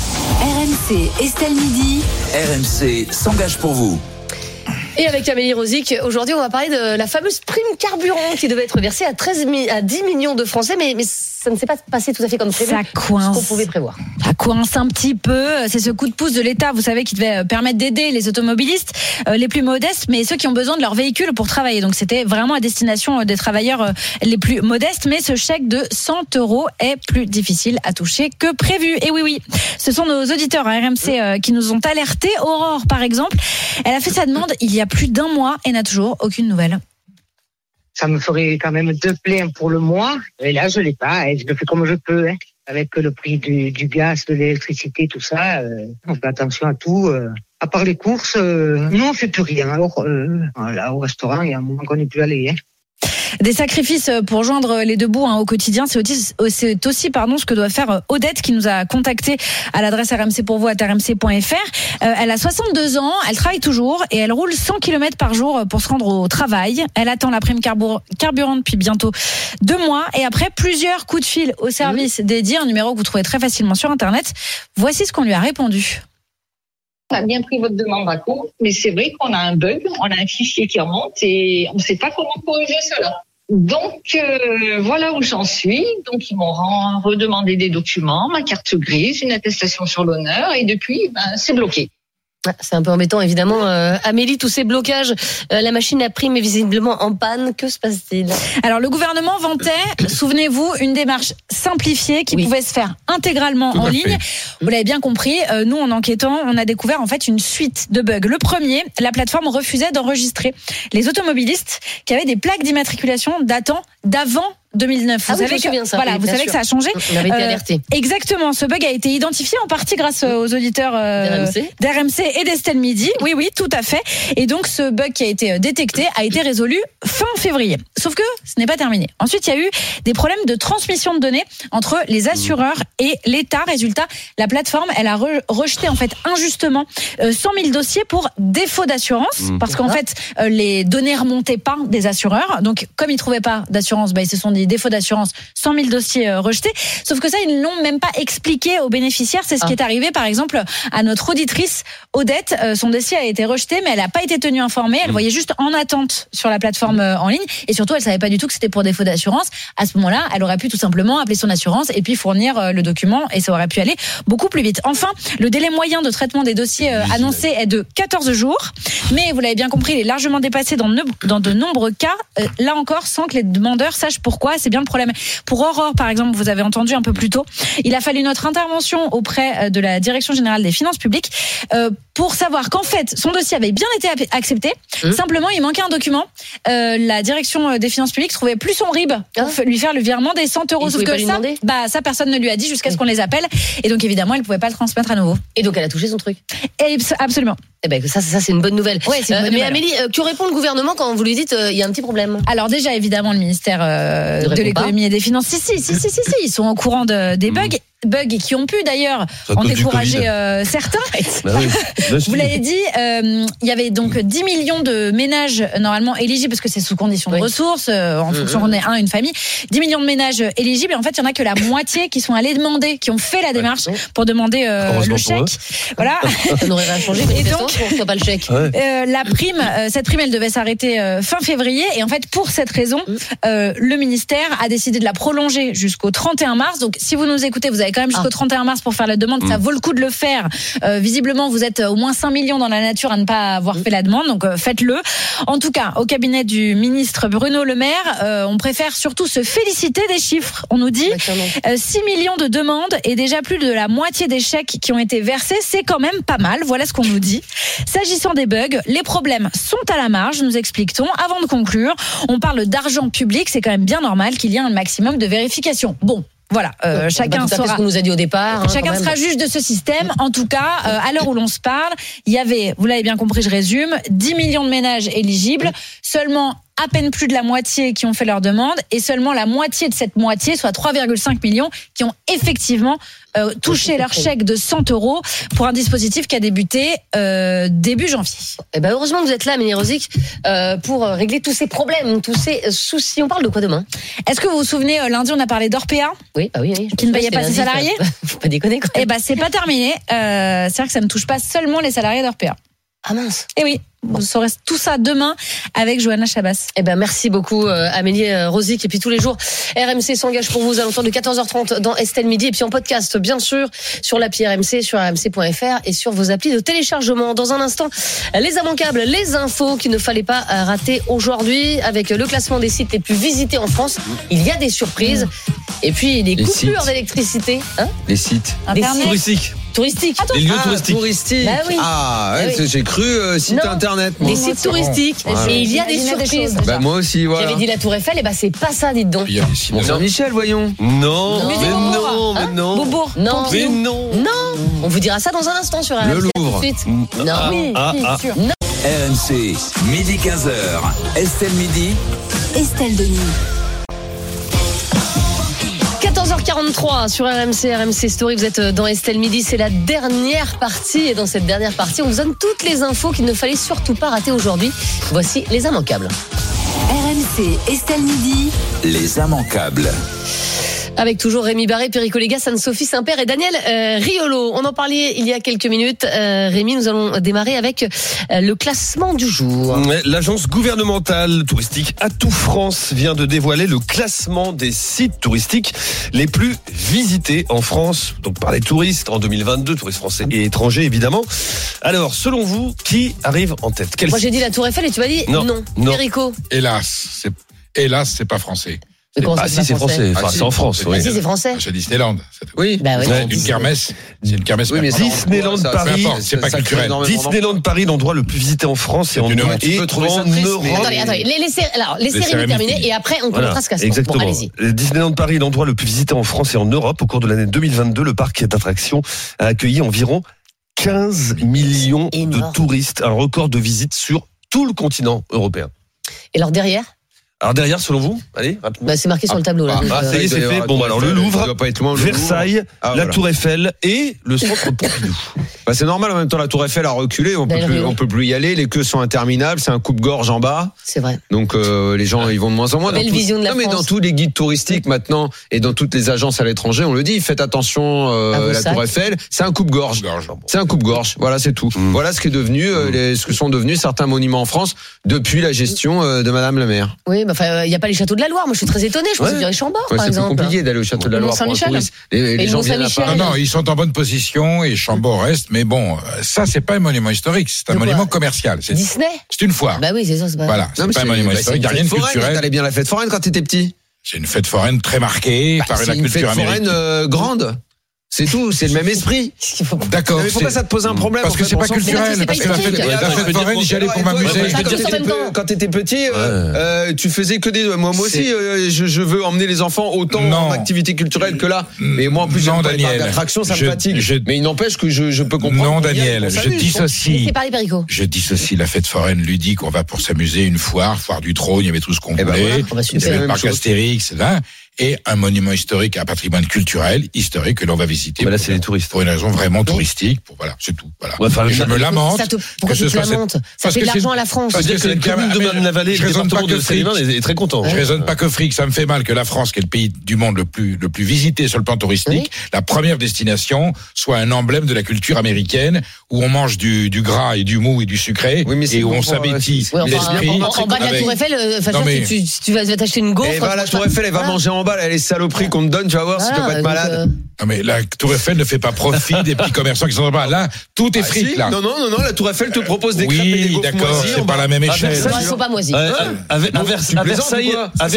RMC Estelle Midi. RMC s'engage pour vous. Et avec Amélie Rosic, aujourd'hui on va parler de la fameuse prime carburant qui devait être versée à 10 millions de Français, mais ça ne s'est pas passé tout à fait comme prévu. Ça coince. Ce qu'on pouvait prévoir. Ça coince un petit peu. C'est ce coup de pouce de l'État, vous savez, qui devait permettre d'aider les automobilistes les plus modestes, mais ceux qui ont besoin de leur véhicule pour travailler. Donc c'était vraiment à destination des travailleurs les plus modestes. Mais ce chèque de 100 € est plus difficile à toucher que prévu. Et oui, ce sont nos auditeurs à RMC qui nous ont alertés. Aurore, par exemple, elle a fait sa demande il y a plus d'1 mois et n'a toujours aucune nouvelle. Ça me ferait quand même 2 pleins pour le mois. Et là, je l'ai pas. Et je le fais comme je peux. Avec le prix du gaz, de l'électricité, tout ça. On fait attention à tout. À part les courses, nous, on fait plus rien. Alors, là, au restaurant, il y a un moment qu'on n'est plus allé. Des sacrifices pour joindre les deux bouts au quotidien, c'est aussi ce que doit faire Odette, qui nous a contacté à l'adresse rmcpourvous@rmc.fr. Elle a 62 ans, elle travaille toujours et elle roule 100 km par jour pour se rendre au travail. Elle attend la prime carburant depuis bientôt 2 mois et après plusieurs coups de fil au service dédié, un numéro que vous trouvez très facilement sur Internet. Voici ce qu'on lui a répondu. On a bien pris votre demande à compte, mais c'est vrai qu'on a un bug, on a un fichier qui remonte et on ne sait pas comment corriger cela. Donc, voilà où j'en suis. Donc, ils m'ont redemandé des documents, ma carte grise, une attestation sur l'honneur et depuis, c'est bloqué. C'est un peu embêtant, évidemment. Amélie, tous ces blocages, la machine à prime est visiblement en panne. Que se passe-t-il? Alors, le gouvernement vantait, souvenez-vous, une démarche simplifiée qui pouvait se faire intégralement en ligne. Vous l'avez bien compris, nous, en enquêtant, on a découvert en fait une suite de bugs. Le premier, la plateforme refusait d'enregistrer les automobilistes qui avaient des plaques d'immatriculation datant d'avant 2009. Vous savez que ça a changé. On avait été alerté. Exactement. Ce bug a été identifié en partie grâce aux auditeurs d'RMC et d'Estelle Midi. Oui, tout à fait. Et donc, ce bug qui a été détecté a été résolu fin février. Sauf que ce n'est pas terminé. Ensuite, il y a eu des problèmes de transmission de données entre les assureurs et l'État. Résultat, la plateforme, elle a rejeté en fait injustement 100 000 dossiers pour défaut d'assurance, parce qu'en fait, les données remontaient pas des assureurs. Donc, comme ils trouvaient pas d'assurance, ils se sont dit défaut d'assurance, 100 000 dossiers rejetés. Sauf que ça, ils ne l'ont même pas expliqué aux bénéficiaires. C'est ce qui est arrivé, par exemple, à notre auditrice Odette. Son dossier a été rejeté, mais elle n'a pas été tenue informée. Elle voyait juste en attente sur la plateforme en ligne. Et surtout, elle savait pas du tout que c'était pour défaut d'assurance. À ce moment-là, elle aurait pu tout simplement appeler son assurance et puis fournir le document et ça aurait pu aller beaucoup plus vite. Enfin, le délai moyen de traitement des dossiers annoncé est de 14 jours. Mais vous l'avez bien compris, il est largement dépassé dans de nombreux cas. Là encore, sans que les demandeurs sachent pourquoi. C'est bien le problème. Pour Aurore, par exemple, vous avez entendu un peu plus tôt, il a fallu notre intervention auprès de la Direction Générale des Finances Publiques pour savoir qu'en fait, son dossier avait bien été accepté. Simplement, il manquait un document. La direction des finances publiques trouvait plus son RIB pour lui faire le virement des 100 €. Sauf que ça, personne ne lui a dit jusqu'à ce qu'on les appelle. Et donc, évidemment, elle pouvait pas le transmettre à nouveau. Et donc, elle a touché son truc. Et absolument. Eh ben, ça, c'est une bonne nouvelle. Ouais, c'est une bonne mais nouvelle. Amélie, que répond le gouvernement quand vous lui dites il y a un petit problème? Alors déjà, évidemment, le ministère de l'économie et des finances, si, ils sont au courant des bugs qui ont pu d'ailleurs en décourager certains. Bah oui. Vous l'avez dit, il y avait donc 10 millions de ménages normalement éligibles, parce que c'est sous condition de ressources, en fonction qu'on est une famille. 10 millions de ménages éligibles, et en fait, il y en a que la moitié qui sont allés demander, qui ont fait la démarche pour demander le chèque. Voilà. Ça n'aurait rien changé, mais donc, on ne reçoit pas le chèque. La prime, cette prime, elle devait s'arrêter fin février, et en fait, pour cette raison, le ministère a décidé de la prolonger jusqu'au 31 mars. Donc, si vous nous écoutez, vous avez quand même jusqu'au 31 mars pour faire la demande. Ça vaut le coup de le faire. Visiblement, vous êtes au moins 5 millions dans la nature à ne pas avoir fait la demande, donc faites-le. En tout cas, au cabinet du ministre Bruno Le Maire, on préfère surtout se féliciter des chiffres. On nous dit 6 millions de demandes et déjà plus de la moitié des chèques qui ont été versés. C'est quand même pas mal. Voilà ce qu'on nous dit. S'agissant des bugs, les problèmes sont à la marge, nous explique-t-on. Avant de conclure, on parle d'argent public. C'est quand même bien normal qu'il y ait un maximum de vérification. Bon. Voilà, chacun saura ce qu'on nous a dit au départ. Chacun sera juge de ce système. En tout cas, à l'heure où l'on se parle, il y avait, vous l'avez bien compris, je résume, 10 millions de ménages éligibles, seulement à peine plus de la moitié qui ont fait leur demande, et seulement la moitié de cette moitié, soit 3,5 millions, qui ont effectivement touché leur chèque de 100 € pour un dispositif qui a débuté début janvier. Et ben heureusement que vous êtes là, Amélie Rosic, pour régler tous ces problèmes, tous ces soucis. On parle de quoi demain? Est-ce que vous vous souvenez, lundi on a parlé d'Orpea, oui, qui ne payait pas ses salariés. Faut pas déconner. Et ben c'est pas terminé. C'est vrai que ça ne touche pas seulement les salariés d'Orpea. Ah mince. Et oui. Vous saurez tout ça demain avec Johanna Chabas. Eh ben, merci beaucoup, Amélie Rosic. Et puis, tous les jours, RMC s'engage pour vous aux alentours de 14h30 dans Estelle Midi. Et puis, en podcast, bien sûr, sur l'appli RMC, sur rmc.fr et sur vos applis de téléchargement. Dans un instant, les immanquables, les infos qu'il ne fallait pas rater aujourd'hui avec le classement des sites les plus visités en France. Il y a des surprises. Et puis, les coupures d'électricité. Les sites. Internet. Touristiques. Les lieux touristiques. Touristiques. Bah oui. J'ai cru site internet. Des sites touristiques. Et il y a des surprises. Bah moi aussi, voilà. J'avais dit la Tour Eiffel, et bah c'est pas ça, dites donc. Mont-Saint-Michel, voyons. Non, mais non. Beaubourg. Non. Mais non. Non. On vous dira ça dans un instant sur RMC. Le Louvre. Tout de suite. Non. Oui, sûr. Non. RMC, midi 15h. Estelle Midi. Estelle Denis. 14h43 sur RMC Story, vous êtes dans Estelle Midi, c'est la dernière partie, et dans cette dernière partie on vous donne toutes les infos qu'il ne fallait surtout pas rater aujourd'hui. Voici les immanquables. RMC Estelle Midi. Les immanquables. Avec toujours Rémi Barré, Perico Légas, Anne-Sophie Saint-Père et Daniel Riolo. On en parlait il y a quelques minutes. Rémi, nous allons démarrer avec le classement du jour. L'agence gouvernementale touristique Atout France vient de dévoiler le classement des sites touristiques les plus visités en France, donc par les touristes en 2022, touristes français et étrangers évidemment. Alors, selon vous, qui arrive en tête? Moi j'ai dit la Tour Eiffel et tu m'as dit non. Perico. Hélas, c'est pas français. Si, c'est français. Enfin, c'est en France. Oui. Si, c'est français. C'est Disneyland. Oui. Bah oui. C'est une kermesse. C'est une kermesse. Oui, mais Disneyland Paris, c'est pas culturel. Disneyland Paris, l'endroit le plus visité en France et en Europe. Attendez, laissez-nous terminer et après on commencera ce classement. Exactement. Bon, allez-y. Disneyland Paris, l'endroit le plus visité en France et en Europe. Au cours de l'année 2022, le parc d'attractions a accueilli environ 15 millions de touristes, un record de visites sur tout le continent européen. Et alors derrière? Alors derrière, selon vous, allez, rapidement. C'est marqué sur le tableau là. Ça y est, c'est fait. Bon, alors le Louvre, Versailles, la Tour Eiffel et le centre Pompidou. C'est normal, en même temps la Tour Eiffel a reculé, on peut plus y aller, les queues sont interminables, c'est un coupe-gorge en bas. C'est vrai. Donc les gens ils vont de moins en moins. Belle vision de la France. Mais dans tous les guides touristiques maintenant et dans toutes les agences à l'étranger, on le dit, faites attention la Tour Eiffel, c'est un coupe-gorge. C'est un coupe-gorge. Voilà, c'est tout. Voilà ce qui est devenu ce que sont devenus certains monuments en France depuis la gestion de madame la maire. Oui, il y a pas les châteaux de la Loire, moi je suis très étonnée, je pensais qu'il y aurait Chambord par exemple. C'est plus compliqué d'aller au château de la Loire pour un touriste. Les gens viennent à Paris. Non, ils sont en bonne position et Chambord reste, mais bon, ça c'est pas un monument historique, c'est un monument commercial. Disney. C'est une foire. Bah oui, c'est ça, c'est pas. Voilà, c'est pas un monument historique, il n'y a rien de culturel. T'allais bien la fête foraine quand t'étais petit. C'est une fête foraine très marquée par la culture américaine. C'est une fête foraine grande. C'est tout, c'est le même esprit. D'accord. Mais pourquoi ça te pose un problème? Parce que c'est pas culturel. Parce que la fête foraine, j'y allais pour m'amuser. Quand t'étais petit, tu faisais que des. Moi aussi, je veux emmener les enfants autant en activité culturelle que là. Mais moi, en plus, non, j'aime pas les parcs Daniel. d'attractions, ça me fatigue. Mais il n'empêche que je peux comprendre. Non, Daniel, je dissocie. C'est parler, Perico. Je dissocie la fête foraine ludique. On va pour s'amuser, une foire du trône, il y avait tout ce qu'on voulait. Il y avait le parc Astérix, là. Et un monument historique, un patrimoine culturel, historique que l'on va visiter. Là, c'est les touristes. Pour une raison vraiment touristique. Voilà, c'est tout. Voilà. Ouais, enfin, et je me lamente. Pourquoi tu te lamentes? Ça fait de l'argent à la France. Parce que la commune de Marne-la-Vallée, le département de Seine-et-Marne est très content. Je raisonne pas que fric. Ça me fait mal que la France, qui est le pays du monde le plus visité sur le plan touristique, la première destination, soit un emblème de la culture américaine, où on mange du gras et du mou et du sucré, et où on s'habitue l'esprit. En bas de la Tour Eiffel, tu vas t'acheter une gaufre. Et bah, la Tour Eiffel, elle va manger en bas, les saloperies qu'on te donne, tu vas voir si tu vas pas être malade. Non, mais la Tour Eiffel ne fait pas profit des petits commerçants qui sont en bas. Là, tout est fric, là. Non, la Tour Eiffel te propose des crêpes et des gaufres moisies. Oui, d'accord, c'est pas la même échelle. Ils sont pas moisis. À Versailles,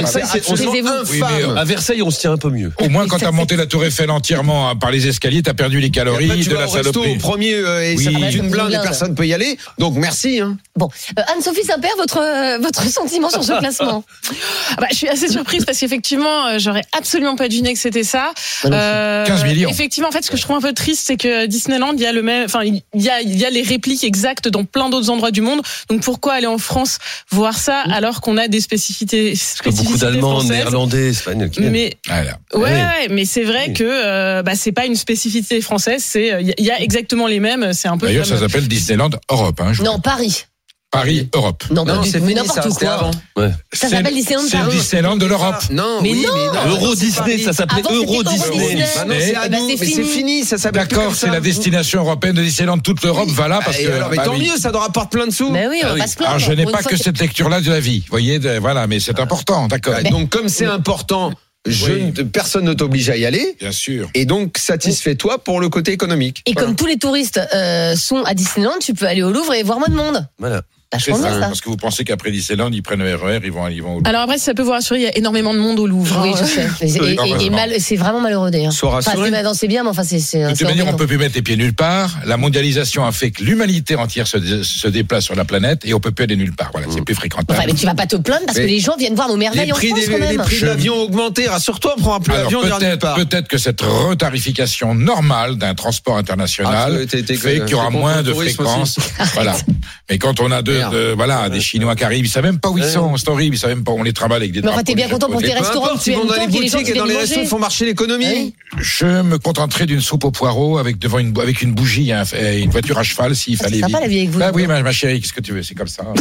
à Versailles, on se tient un peu mieux. Au moins, quand t'as monté la Tour Eiffel entièrement par les escaliers, t'as perdu les calories de la saloperie. Au premier, et ça coûte une blinde et personne peut y aller. Donc, merci. Bon, Anne-Sophie Saint-Père, votre sentiment sur ce classement? Je suis assez surprise parce qu'effectivement, j'aurais absolument pas deviné que c'était ça. 15 millions. Effectivement, en fait, ce que je trouve un peu triste, c'est que Disneyland, il y a le même, enfin, il y a les répliques exactes dans plein d'autres endroits du monde. Donc, pourquoi aller en France voir ça alors qu'on a des spécificités beaucoup d'Allemands, françaises. Néerlandais, Espagnols. Mais mais c'est vrai que c'est pas une spécificité française. C'est il y a exactement les mêmes. C'est un peu. D'ailleurs, ça s'appelle Disneyland Europe. Non, Paris. Paris, Europe. Non, c'est n'importe quoi. Ça s'appelle Disneyland Paris. C'est Disneyland de l'Europe. Non, mais non. Euro Disney, ça s'appelait Euro Disney. Mais c'est fini, ça s'appelle. D'accord, c'est la destination européenne de Disneyland. Toute l'Europe va là parce que. Mais tant mieux, ça nous rapporte plein de sous. Mais oui, on va se plaindre. Alors, je n'ai pas que cette lecture-là de la vie. Vous voyez, voilà, mais c'est important, d'accord. Donc, comme c'est important. Personne ne t'oblige à y aller. Bien sûr. Et donc, satisfais-toi pour le côté économique. Et comme tous les touristes sont à Disneyland, tu peux aller au Louvre et voir moins de monde. Voilà. C'est ça, parce que vous pensez qu'après Disneyland, ils prennent le RER, ils vont au Louvre. Alors après, si ça peut vous rassurer, il y a énormément de monde au Louvre. Oui, je sais. Et c'est vraiment malheureux d'ailleurs. C'est bien, mais enfin, c'est. De toute manière, on peut plus mettre les pieds nulle part. La mondialisation a fait que l'humanité entière se déplace sur la planète et on peut plus aller nulle part. Voilà, c'est plus fréquentable. Enfin, mais tu vas pas te plaindre parce que les gens viennent voir nos merveilles en France quand même. Les prix de l'avion ont augmenté. Rassure-toi, on prendra plus l'avion, on ira nulle part. Peut-être que cette retarification normale d'un transport international fait qu'il y aura moins de fréquences. Voilà. Mais quand on a des Chinois qui arrivent, ils savent même pas où ils sont, c'est horrible, ils savent même pas, on les travaille avec des drapeaux. Mais t'es bien content pour tes restaurants, tu aimes dans les boutiques et dans les restos font marcher l'économie. Je me contenterai d'une soupe aux poireaux avec une bougie, une voiture à cheval s'il fallait. C'est sympa la vie avec vous. Ah oui, ma chérie, qu'est-ce que tu veux, c'est comme ça.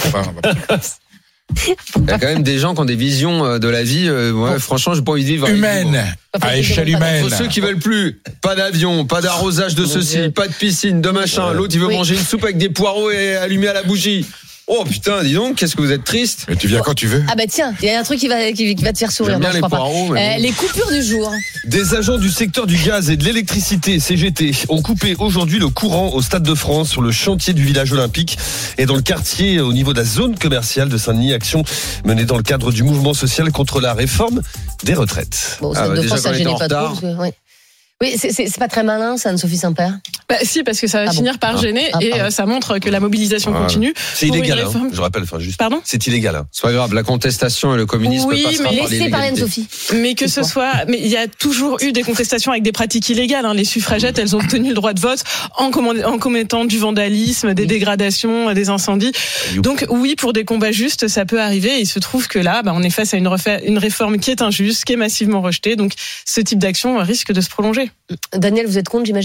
Il y a quand même des gens qui ont des visions de la vie. Franchement, j'ai pas envie de vivre. Humaine, à échelle humaine. Pour ceux qui veulent plus, pas d'avion, pas d'arrosage de ceci, pas de piscine, de machin. L'autre, il veut manger une soupe avec des poireaux et allumer à la bougie. Oh putain, dis donc, qu'est-ce que vous êtes triste. Mais tu viens quand tu veux. Ah bah tiens, il y a un truc qui va te faire sourire. J'aime bien les poireaux. Les coupures du jour. Des agents du secteur du gaz et de l'électricité, CGT, ont coupé aujourd'hui le courant au Stade de France sur le chantier du village olympique et dans le quartier au niveau de la zone commerciale de Saint-Denis. Action menée dans le cadre du mouvement social contre la réforme des retraites. Bon, Stade de France, ça gênait pas trop. Oui, c'est pas très malin, ça, Anne-Sophie Saint-Père. Si, parce que ça va finir par gêner et ça montre que la mobilisation continue. C'est illégal, je rappelle, juste. Pardon ? C'est illégal. C'est pas grave, la contestation et le communisme passera par laissez parler Anne-Sophie. Mais que ce soit, mais il y a toujours eu des contestations avec des pratiques illégales. Les suffragettes, elles ont obtenu le droit de vote en commettant du vandalisme, des dégradations, des incendies. Donc oui, pour des combats justes, ça peut arriver. Il se trouve que là, on est face à une réforme qui est injuste, qui est massivement rejetée. Donc ce type d'action risque de se prolonger. Daniel, vous êtes contre, j'imagine ?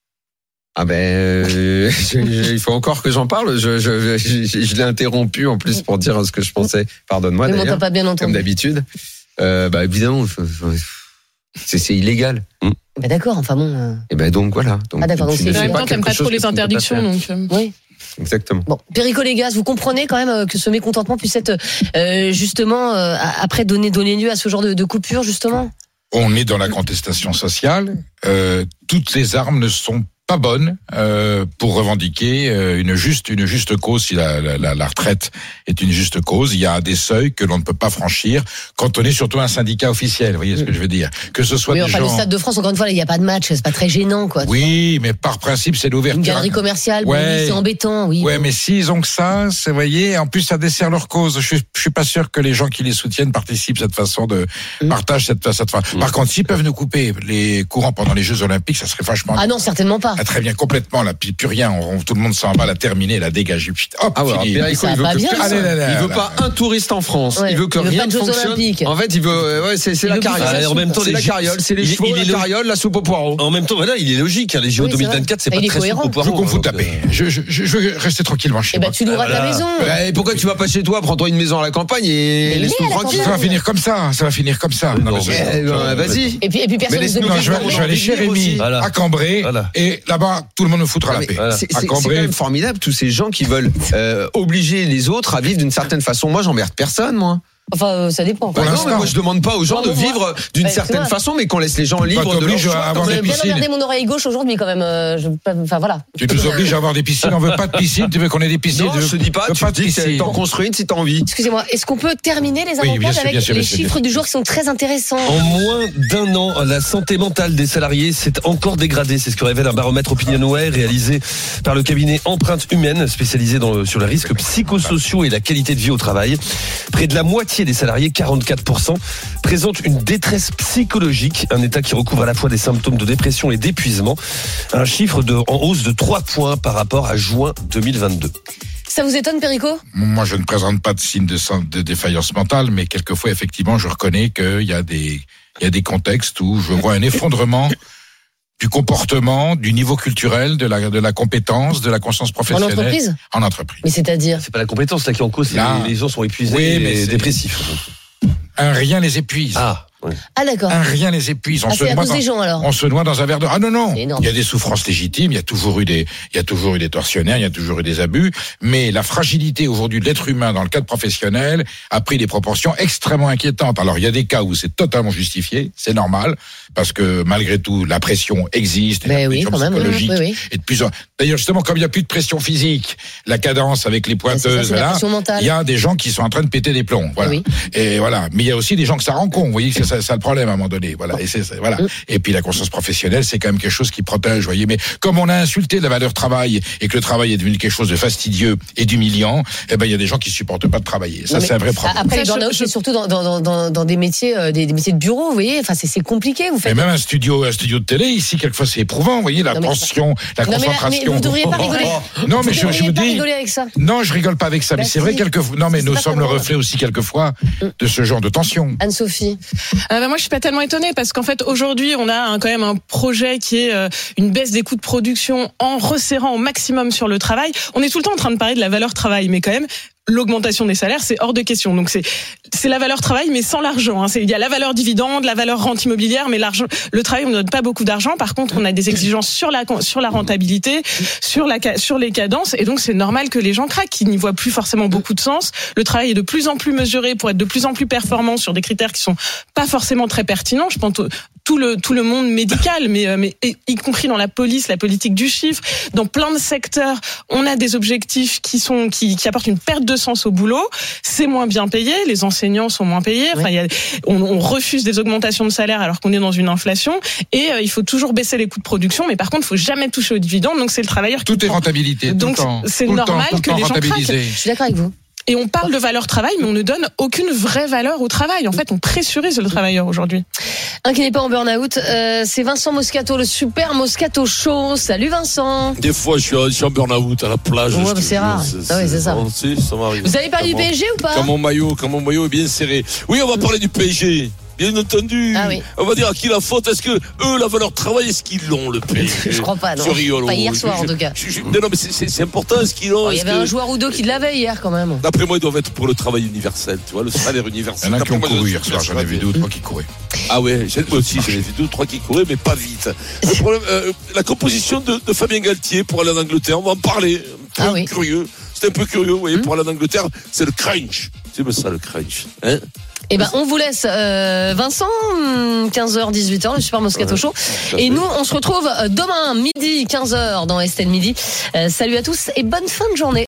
Il faut encore que j'en parle. Je l'ai interrompu en plus pour dire ce que je pensais. Pardonne-moi d'ailleurs. Mais on t'a pas bien entendu. Comme d'habitude. Évidemment, c'est illégal. Bah d'accord, enfin bon. Et donc voilà. Donc, d'accord. Donc en même temps, t'aimes pas trop les interdictions, donc. Oui. Exactement. Bon, Perico Légas, vous comprenez quand même que ce mécontentement puisse être justement après donner lieu à ce genre de coupure justement. On est dans la contestation sociale. Toutes les armes ne sont pas bonne pour revendiquer une juste cause. Si la retraite est une juste cause, il y a des seuils que l'on ne peut pas franchir quand on est surtout un syndicat officiel. Vous voyez ce que je veux dire? Que ce soit des gens... le Stade de France, encore une fois, il n'y a pas de match, c'est pas très gênant, quoi. Oui, mais par principe, c'est l'ouverture. Une galerie commerciale, oui, c'est embêtant, oui. Ouais, mais s'ils ont que ça, vous voyez, en plus ça dessert leur cause. Je suis pas sûr que les gens qui les soutiennent participent cette façon de partagent cette façon. Par contre, s'ils peuvent nous couper les courants pendant les Jeux Olympiques, ça serait vachement. Ah non, certainement pas. Ah, très bien, complètement. Là, plus rien. Tout le monde s'en va, la terminer, la dégager. Hop, il veut pas un touriste en France. Il veut que rien ne fonctionne. En fait, il veut. C'est la carriole. En même temps, c'est la carriole, c'est les chevaux, la carriole, la soupe au poireau. En même temps, voilà, il est logique. Les JO 2024, c'est pas très soupe au poireau. Je veux qu'on fout taper. Je veux rester tranquillement chez moi. Tu loueras ta maison. Et pourquoi tu vas pas chez toi? Prends-toi une maison à la campagne et laisse-nous tranquille. Ça va finir comme ça. Vas-y. Et puis personne ne je vais aller chez Rémi à Cambrai et là-bas tout le monde nous foutra la paix. C'est quand même formidable tous ces gens qui veulent obliger les autres à vivre d'une certaine façon. Moi j'emmerde personne, moi. Enfin, ça dépend. Non, mais moi je demande pas aux gens de vivre d'une certaine façon, mais qu'on laisse les gens libres de leur choix. J'ai bien regardé mon oreille gauche aujourd'hui quand même. Enfin voilà. Tu nous obliges à avoir des piscines. On veut pas de piscine. Tu veux qu'on ait des piscines? Non, je te dis pas. Tu dis que t'en construis une si t'as envie. Excusez-moi. Est-ce qu'on peut terminer les avant-postes avec les chiffres du jour qui sont très intéressants? En moins d'un an, la santé mentale des salariés s'est encore dégradée. C'est ce que révèle un baromètre OpinionWay réalisé par le cabinet Empreinte Humaine, spécialisé sur les risques psychosociaux et la qualité de vie au travail. Près de la moitié des salariés, 44%, présentent une détresse psychologique, un état qui recouvre à la fois des symptômes de dépression et d'épuisement. Un chiffre en hausse de 3 points par rapport à juin 2022. Ça vous étonne, Perico? Moi, je ne présente pas de signe de défaillance mentale, mais quelquefois, effectivement, je reconnais qu'il y a des contextes où je vois un effondrement du comportement, du niveau culturel, de la compétence, de la conscience professionnelle. En entreprise? En entreprise. Mais c'est-à-dire? C'est pas la compétence là qui est en cause, les gens sont épuisés et dépressifs. Un rien les épuise. Ah d'accord. Un rien les épuise. C'est à cause des gens alors. On se noie dans un verre de. Ah non. Il y a des souffrances légitimes. Il y a toujours eu des tortionnaires. Il y a toujours eu des abus. Mais la fragilité aujourd'hui de l'être humain dans le cadre professionnel a pris des proportions extrêmement inquiétantes. Alors il y a des cas où c'est totalement justifié, c'est normal, parce que malgré tout la pression existe, et la pression psychologique et de plus en. D'ailleurs justement comme il n'y a plus de pression physique, la cadence avec les pointeuses, il y a des gens qui sont en train de péter des plombs. Voilà. Et voilà. Mais il y a aussi des gens que ça rend con. Vous voyez que c'est ça le problème à un moment donné. Voilà. Et puis la conscience professionnelle, c'est quand même quelque chose qui protège. Vous voyez. Mais comme on a insulté la valeur travail et que le travail est devenu quelque chose de fastidieux et d'humiliant, il y a des gens qui supportent pas de travailler. Ça, c'est un vrai problème. Après, les burn-out, c'est surtout dans des métiers, des métiers de bureau. Vous voyez. Enfin, c'est compliqué. Vous faites. Et même un studio de télé ici, quelquefois, c'est éprouvant. Vous voyez, la tension, la concentration. Mais vous devriez pas rigoler. Non, mais je vous dis. Rigoler avec ça. Non, je rigole pas avec ça. Mais c'est vrai quelquefois. Non, mais nous sommes le reflet aussi quelquefois de ce genre de tension. Anne-Sophie. Moi, je suis pas tellement étonnée parce qu'en fait, aujourd'hui, on a quand même un projet qui est une baisse des coûts de production en resserrant au maximum sur le travail. On est tout le temps en train de parler de la valeur travail, mais quand même, l'augmentation des salaires, c'est hors de question. Donc c'est la valeur travail, mais sans l'argent. Il y a la valeur dividende, la valeur rente immobilière, mais l'argent, le travail, on ne donne pas beaucoup d'argent. Par contre, on a des exigences sur la rentabilité, sur les cadences, et donc c'est normal que les gens craquent, qu'ils n'y voient plus forcément beaucoup de sens. Le travail est de plus en plus mesuré pour être de plus en plus performant sur des critères qui sont pas forcément très pertinents. Je pense tout le monde médical, mais y compris dans la police, la politique du chiffre, dans plein de secteurs, on a des objectifs qui apportent une perte de sens au boulot. C'est moins bien payé, les enseignants sont moins payés. Enfin, on refuse des augmentations de salaire alors qu'on est dans une inflation. Et il faut toujours baisser les coûts de production, mais par contre, il faut jamais toucher aux dividendes. Donc c'est le travailleur. Tout est rentabilité. Donc c'est normal que les gens craquent. Je suis d'accord avec vous. Et on parle de valeur travail, mais on ne donne aucune vraie valeur au travail. En fait, on pressurise le travailleur aujourd'hui. Un qui n'est pas en burn-out, c'est Vincent Moscato, le super Moscato Show. Salut Vincent. Des fois, je suis en burn-out à la plage. Ouais, c'est rare. C'est ça. Ça m'arrive. Vous allez parler du PSG ou pas? Quand mon maillot est bien serré. Oui, on va parler du PSG. Bien entendu. On va dire à qui la faute. Est-ce que eux, la valeur travail, est-ce qu'ils l'ont, le PSG? Je crois pas, non. Pas hier soir, en tout cas. Non, mais c'est important, est-ce qu'ils l'ont? Il y avait un joueur ou deux qui l'avait hier, quand même. D'après moi, ils doivent être pour le travail universel, tu vois, le salaire universel. Il y en a qui ont couru hier soir, j'en ai vu 2 ou 3 qui couraient. Ah ouais, moi aussi, j'en ai vu 2 ou 3 qui couraient, mais pas vite. Le problème, la composition de Fabien Galtier pour aller en Angleterre, on va en parler. Un peu curieux. C'est un peu curieux, vous voyez, pour aller en Angleterre, c'est le crunch. C'est ça, le crunch. Hein? Eh ben, on vous laisse, Vincent, 15h, 18h, le Super Moscato Show. Et nous, on se retrouve demain, midi, 15h, dans Estelle Midi. Salut à tous et bonne fin de journée.